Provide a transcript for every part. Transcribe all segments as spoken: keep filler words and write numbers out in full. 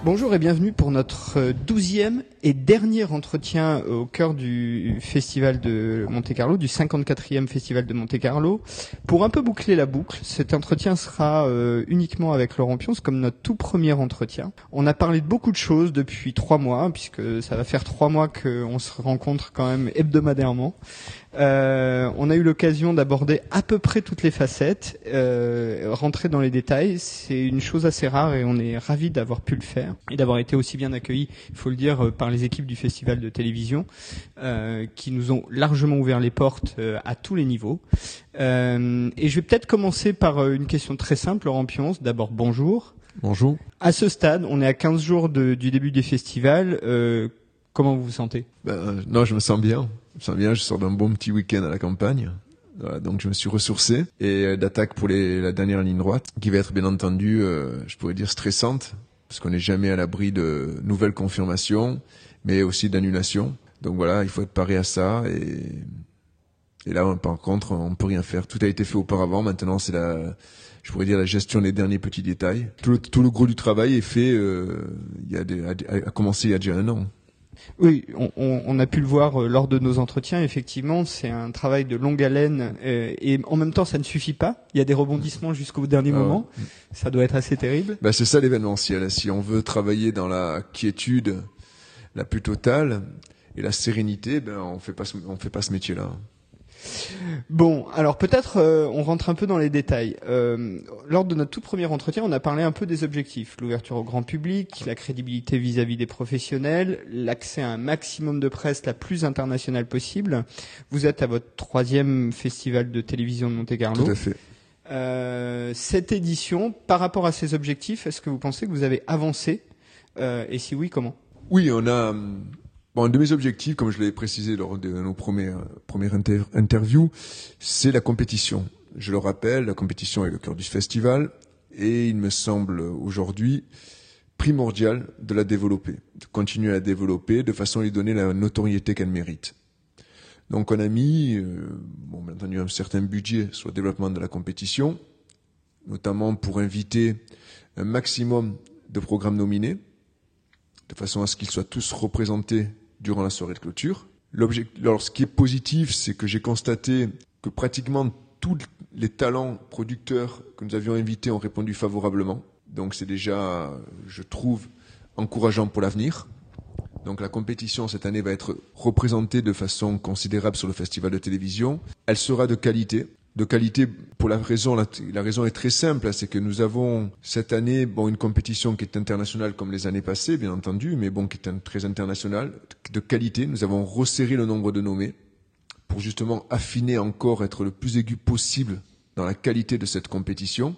Bonjour et bienvenue pour notre douzième et dernier entretien au cœur du Festival de Monte-Carlo, du cinquante-quatrième Festival de Monte-Carlo. Pour un peu boucler la boucle, cet entretien sera euh, uniquement avec Laurent Pionce, comme notre tout premier entretien. On a parlé de beaucoup de choses depuis trois mois, puisque ça va faire trois mois qu'on se rencontre quand même hebdomadairement. Euh, on a eu l'occasion d'aborder à peu près toutes les facettes, euh, rentrer dans les détails. C'est une chose assez rare et on est ravis d'avoir pu le faire et d'avoir été aussi bien accueillis, il faut le dire, par les équipes du festival de télévision euh, qui nous ont largement ouvert les portes euh, à tous les niveaux. Euh, et je vais peut-être commencer par euh, une question très simple, Laurent Pionce. D'abord, bonjour. Bonjour. À ce stade, on est à quinze jours de, du début des festivals. Euh, comment vous vous sentez ? Ben, non, je me sens bien. Je me sens bien, je sors d'un bon petit week-end à la campagne. Voilà, donc je me suis ressourcé. Et euh, d'attaque pour les, la dernière ligne droite, qui va être bien entendu, euh, je pourrais dire stressante, parce qu'on n'est jamais à l'abri de nouvelles confirmations, mais aussi d'annulations. Donc voilà, il faut être paré à ça. Et, et là, on, par contre, on peut rien faire. Tout a été fait auparavant. Maintenant, c'est la, je pourrais dire la gestion des derniers petits détails. Tout le, tout le gros du travail est fait. Euh, il y a, des, a, a commencé il y a déjà un an. Oui, on, on, on a pu le voir euh, lors de nos entretiens. Effectivement, c'est un travail de longue haleine euh, et en même temps, ça ne suffit pas. Il y a des rebondissements jusqu'au dernier ah, moment. Ça doit être assez terrible. Ben, c'est ça l'événementiel. Si on veut travailler dans la quiétude la plus totale et la sérénité, ben on fait pas ce, on fait pas ce métier-là. Bon, alors peut-être euh, on rentre un peu dans les détails. Euh, lors de notre tout premier entretien, on a parlé un peu des objectifs. L'ouverture au grand public, la crédibilité vis-à-vis des professionnels, l'accès à un maximum de presse la plus internationale possible. Vous êtes à votre troisième festival de télévision de Monte-Carlo. Tout à fait. Euh, cette édition, par rapport à ces objectifs, est-ce que vous pensez que vous avez avancé euh, et si oui, comment ? Oui, on a... Bon, un de mes objectifs, comme je l'ai précisé lors de nos premières, premières inter- interviews, c'est la compétition. Je le rappelle, la compétition est le cœur du festival et il me semble aujourd'hui primordial de la développer, de continuer à la développer de façon à lui donner la notoriété qu'elle mérite. Donc on a mis, euh, bon, bien entendu, un certain budget sur le développement de la compétition, notamment pour inviter un maximum de programmes nominés, de façon à ce qu'ils soient tous représentés durant la soirée de clôture. L'objectif, alors, ce qui est positif, c'est que j'ai constaté que pratiquement tous les talents producteurs que nous avions invités ont répondu favorablement. Donc c'est déjà, je trouve, encourageant pour l'avenir. Donc la compétition cette année va être représentée de façon considérable sur le festival de télévision. Elle sera de qualité. De qualité pour la raison, la, la raison est très simple, c'est que nous avons cette année bon une compétition qui est internationale comme les années passées, bien entendu, mais bon qui est un, très internationale, de qualité. Nous avons resserré le nombre de nommés pour justement affiner encore, être le plus aigu possible dans la qualité de cette compétition,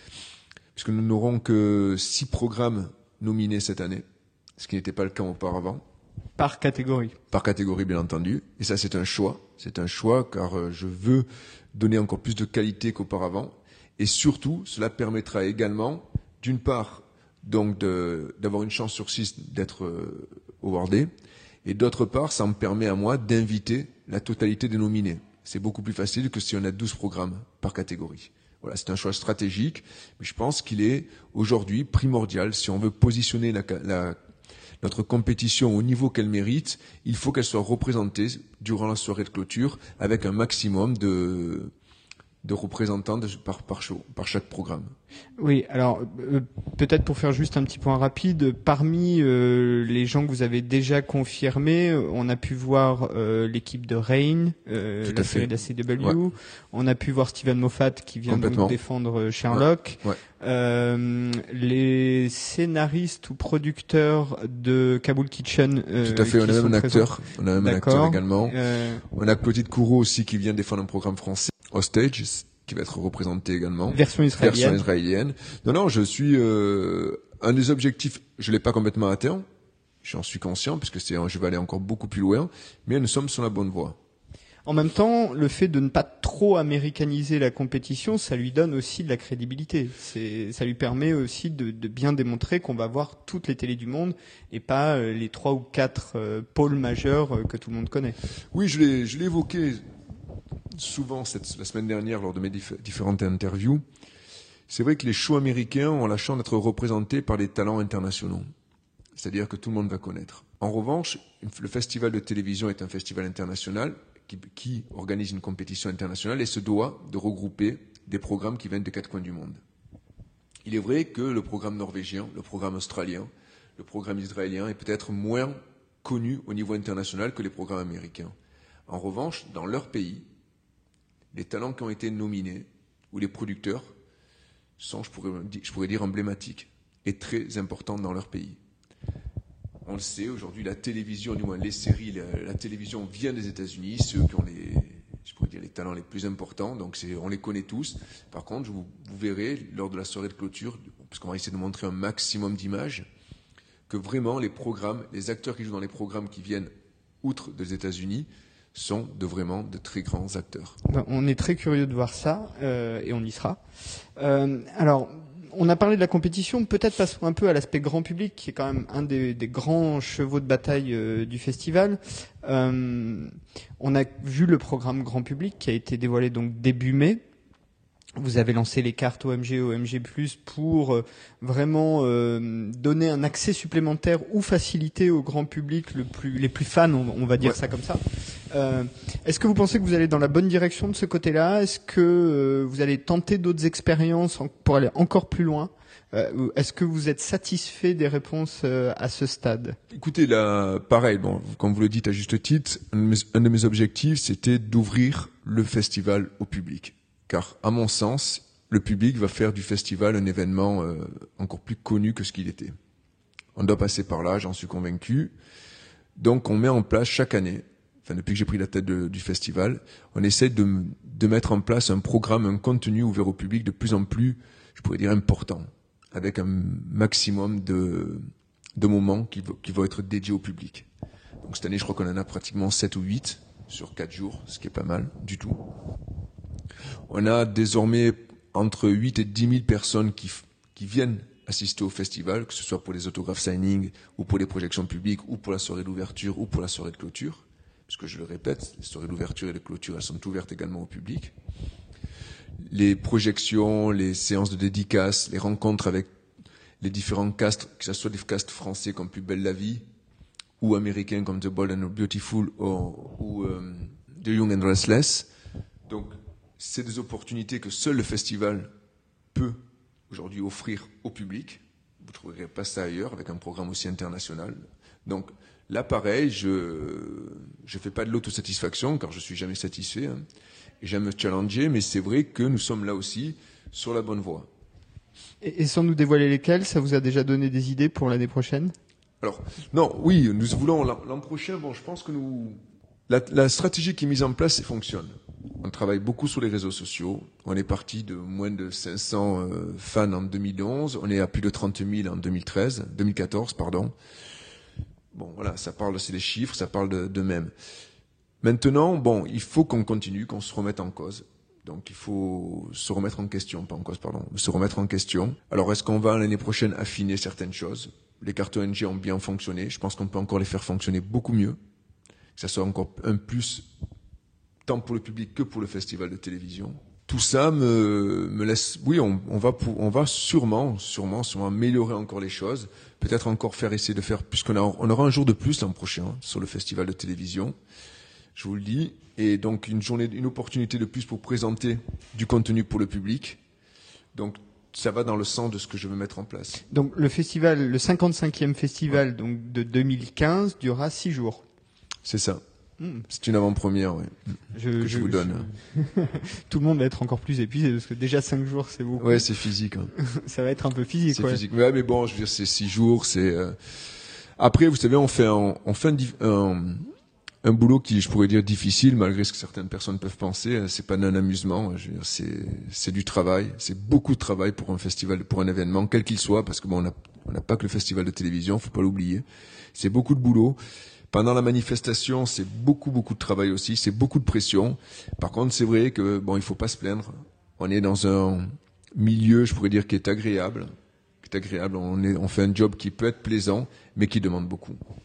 puisque nous n'aurons que six programmes nominés cette année, ce qui n'était pas le cas auparavant. Par catégorie. Par catégorie, bien entendu. Et ça, c'est un choix. C'est un choix car euh, je veux donner encore plus de qualité qu'auparavant. Et surtout, cela permettra également, d'une part, donc de, d'avoir une chance sur six d'être euh, awardé. Et d'autre part, ça me permet à moi d'inviter la totalité des nominés. C'est beaucoup plus facile que si on a douze programmes par catégorie. Voilà, c'est un choix stratégique. Mais je pense qu'il est aujourd'hui primordial, si on veut positionner la, la notre compétition au niveau qu'elle mérite, il faut qu'elle soit représentée durant la soirée de clôture avec un maximum de, de représentants de, par, par, show, par chaque programme. Oui, alors euh, peut-être pour faire juste un petit point rapide, parmi euh, les gens que vous avez déjà confirmés, on a pu voir euh, l'équipe de Rain, euh, la série de la C W, ouais. On a pu voir Steven Moffat qui vient donc défendre Sherlock, ouais. Ouais. Euh, les scénaristes ou producteurs de Kabul Kitchen. Euh, Tout à fait, on a même un acteur, on a même un acteur également. Euh... On a Claudine Courreau aussi qui vient défendre un programme français, Hostage, qui va être représenté également. Version israélienne. Version israélienne. Non, non, je suis euh, un des objectifs. Je l'ai pas complètement atteint. J'en suis conscient puisque c'est, je vais aller encore beaucoup plus loin. Mais nous sommes sur la bonne voie. En même temps, le fait de ne pas trop américaniser la compétition, ça lui donne aussi de la crédibilité. C'est, ça lui permet aussi de, de bien démontrer qu'on va voir toutes les télés du monde et pas euh, les trois ou quatre euh, pôles majeurs euh, que tout le monde connaît. Oui, je l'ai, je l'ai évoqué souvent cette, la semaine dernière lors de mes diff- différentes interviews. C'est vrai que les shows américains ont la chance d'être représentés par des talents internationaux. c'est-à-dire que tout le monde va connaître. En revanche, le festival de télévision est un festival international qui, qui organise une compétition internationale et se doit de regrouper des programmes qui viennent des quatre coins du monde. Il est vrai que le programme norvégien, le programme australien, le programme israélien est peut-être moins connu au niveau international que les programmes américains. En revanche, dans leur pays, les talents qui ont été nominés ou les producteurs sont, je pourrais, je pourrais dire, emblématiques et très importants dans leur pays. On le sait, aujourd'hui, la télévision, du moins les séries, la, la télévision vient des États-Unis, ceux qui ont les, je pourrais dire, les talents les plus importants, donc c'est, on les connaît tous. Par contre, vous, vous verrez, lors de la soirée de clôture, parce qu'on va essayer de montrer un maximum d'images, que vraiment les programmes, les acteurs qui jouent dans les programmes qui viennent outre des États-Unis, sont de vraiment de très grands acteurs. Ben, on est très curieux de voir ça, euh, et on y sera. Euh, alors, on a parlé de la compétition, peut-être passons un peu à l'aspect grand public, qui est quand même un des, des grands chevaux de bataille euh, du festival. Euh, on a vu le programme grand public qui a été dévoilé donc début mai. Vous avez lancé les cartes O M G, O M G plus, pour euh, vraiment euh, donner un accès supplémentaire ou faciliter au grand public le plus, les plus fans, on, on va dire ouais. ça comme ça. Euh, est-ce que vous pensez que vous allez dans la bonne direction de ce côté-là ? Est-ce que euh, vous allez tenter d'autres expériences en, pour aller encore plus loin ? euh, Est-ce que vous êtes satisfait des réponses euh, à ce stade ? Écoutez, là, pareil, bon, comme vous le dites à juste titre, un de mes, un de mes objectifs, c'était d'ouvrir le festival au public. Car, à mon sens, le public va faire du festival un événement euh, encore plus connu que ce qu'il était. On doit passer par là, j'en suis convaincu. Donc, on met en place chaque année, enfin depuis que j'ai pris la tête de, du festival, on essaie de, de mettre en place un programme, un contenu ouvert au public de plus en plus, je pourrais dire, important, avec un maximum de, de moments qui, qui vont être dédiés au public. Donc, cette année, je crois qu'on en a pratiquement sept ou huit sur quatre jours, ce qui est pas mal du tout. On a désormais entre huit et dix mille personnes qui, qui viennent assister au festival, que ce soit pour les autographes signing, ou pour les projections publiques, ou pour la soirée d'ouverture, ou pour la soirée de clôture. Puisque je le répète, les soirées d'ouverture et de clôture, elles sont ouvertes également au public. Les projections, les séances de dédicaces, les rencontres avec les différents castes, que ce soit des castes français comme Plus belle la vie, ou américains comme The Bold and the Beautiful, ou, ou euh, The Young and Restless. Donc, c'est des opportunités que seul le festival peut aujourd'hui offrir au public. Vous ne trouverez pas ça ailleurs avec un programme aussi international. Donc là, pareil, je ne fais pas de l'autosatisfaction car je ne suis jamais satisfait. Hein, et j'aime me challenger, mais c'est vrai que nous sommes là aussi sur la bonne voie. Et, et sans nous dévoiler lesquels, ça vous a déjà donné des idées pour l'année prochaine ? Alors, non, oui, nous voulons l'an, l'an prochain, bon, je pense que nous... La, la stratégie qui est mise en place, elle fonctionne. On travaille beaucoup sur les réseaux sociaux. On est parti de moins de cinq cents euh, fans en deux mille onze. On est à plus de trente mille en deux mille treize, deux mille quatorze, pardon. Bon, voilà, ça parle, c'est les chiffres, ça parle de, de même. Maintenant, bon, il faut qu'on continue, qu'on se remette en cause. Donc, il faut se remettre en question, pas en cause, pardon, se remettre en question. Alors, est-ce qu'on va l'année prochaine affiner certaines choses ? Les cartes O M G ont bien fonctionné. Je pense qu'on peut encore les faire fonctionner beaucoup mieux. Que ça soit encore un plus, tant pour le public que pour le festival de télévision. Tout ça me, me laisse, oui, on, on va pour, on va sûrement, sûrement, sûrement améliorer encore les choses. Peut-être encore faire essayer de faire, puisqu'on a, on aura un jour de plus l'an prochain, hein, sur le festival de télévision. Je vous le dis. Et donc, une journée, une opportunité de plus pour présenter du contenu pour le public. Donc, ça va dans le sens de ce que je veux mettre en place. Donc, le festival, le cinquante-cinquième festival, ouais. donc, de deux mille quinze durera six jours. C'est ça. Mmh. C'est une avant-première, oui. Je, que je, je vous donne. Je... Tout le monde va être encore plus épuisé parce que déjà cinq jours, c'est beaucoup. Ouais, c'est physique. Hein. Ça va être un peu physique. C'est ouais. physique. Ouais, mais bon, je veux dire, c'est six jours. C'est euh... après, vous savez, on fait un, on fait un, un, un boulot qui, je pourrais dire, difficile, malgré ce que certaines personnes peuvent penser. C'est pas un amusement. Je veux dire, c'est, c'est du travail. C'est beaucoup de travail pour un festival, pour un événement, quel qu'il soit, parce que bon, on n'a on n'a pas que le festival de télévision, faut pas l'oublier. C'est beaucoup de boulot. Pendant la manifestation, c'est beaucoup, beaucoup de travail aussi, c'est beaucoup de pression. Par contre, c'est vrai que, bon, il faut pas se plaindre. On est dans un milieu, je pourrais dire, qui est agréable. Qui est agréable. On est, on fait un job qui peut être plaisant, mais qui demande beaucoup.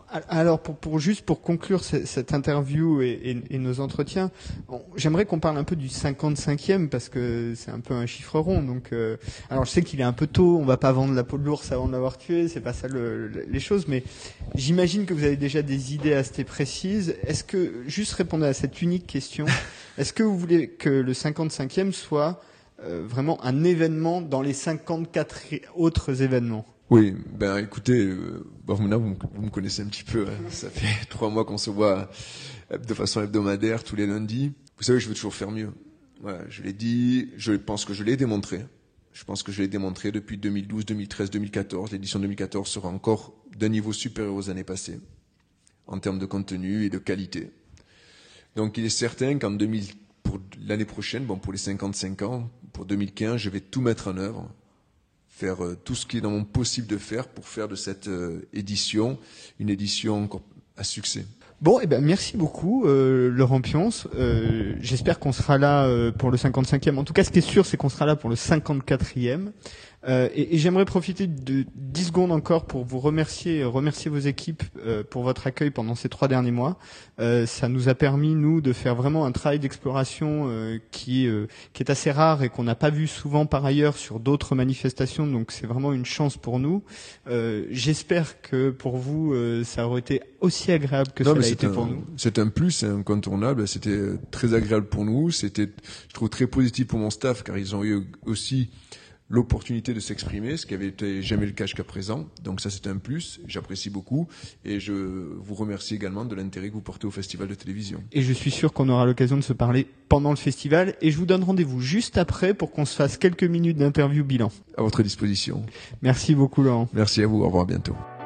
Alors, pour, pour juste pour conclure cette, cette interview et, et, et nos entretiens, bon, j'aimerais qu'on parle un peu du cinquante-cinquième parce que c'est un peu un chiffre rond. Donc, euh, alors je sais qu'il est un peu tôt, on va pas vendre la peau de l'ours avant de l'avoir tué, c'est pas ça le, le, les choses, mais j'imagine que vous avez déjà des idées assez précises. Est-ce que, juste répondre à cette unique question, est-ce que vous voulez que le cinquante-cinquième soit euh, vraiment un événement dans les cinquante-quatre autres événements? Oui, ben écoutez, euh, bon, maintenant vous, vous me connaissez un petit peu, hein. Ça fait trois mois qu'on se voit de façon hebdomadaire tous les lundis. Vous savez, je veux toujours faire mieux. Voilà, je l'ai dit, je pense que je l'ai démontré. Je pense que je l'ai démontré depuis deux mille douze, deux mille treize, deux mille quatorze. L'édition deux mille quatorze sera encore d'un niveau supérieur aux années passées, en termes de contenu et de qualité. Donc il est certain qu'en deux mille, pour l'année prochaine, bon pour les cinquante-cinq ans, pour deux mille quinze, je vais tout mettre en œuvre. Faire euh, tout ce qui est dans mon possible de faire pour faire de cette euh, édition une édition encore à succès. Bon, eh ben merci beaucoup, euh, Laurent Pionce. Euh, j'espère qu'on sera là euh, pour le cinquante-cinquième. En tout cas, ce qui est sûr, c'est qu'on sera là pour le cinquante-quatrième. Euh, et, et j'aimerais profiter de dix secondes encore pour vous remercier, remercier vos équipes euh, pour votre accueil pendant ces trois derniers mois. Euh, ça nous a permis, nous, de faire vraiment un travail d'exploration euh, qui, euh, qui est assez rare et qu'on n'a pas vu souvent par ailleurs sur d'autres manifestations. Donc c'est vraiment une chance pour nous. Euh, j'espère que pour vous, euh, ça aurait été aussi agréable que non, cela a été un, pour nous. C'est un plus, c'est incontournable. C'était très agréable pour nous. C'était, je trouve, très positif pour mon staff car ils ont eu aussi l'opportunité de s'exprimer, ce qui avait été jamais le cas jusqu'à présent. Donc ça, c'est un plus. J'apprécie beaucoup. Et je vous remercie également de l'intérêt que vous portez au festival de télévision. Et je suis sûr qu'on aura l'occasion de se parler pendant le festival. Et je vous donne rendez-vous juste après pour qu'on se fasse quelques minutes d'interview bilan. À votre disposition. Merci beaucoup, Laurent. Merci à vous. Au revoir, à bientôt.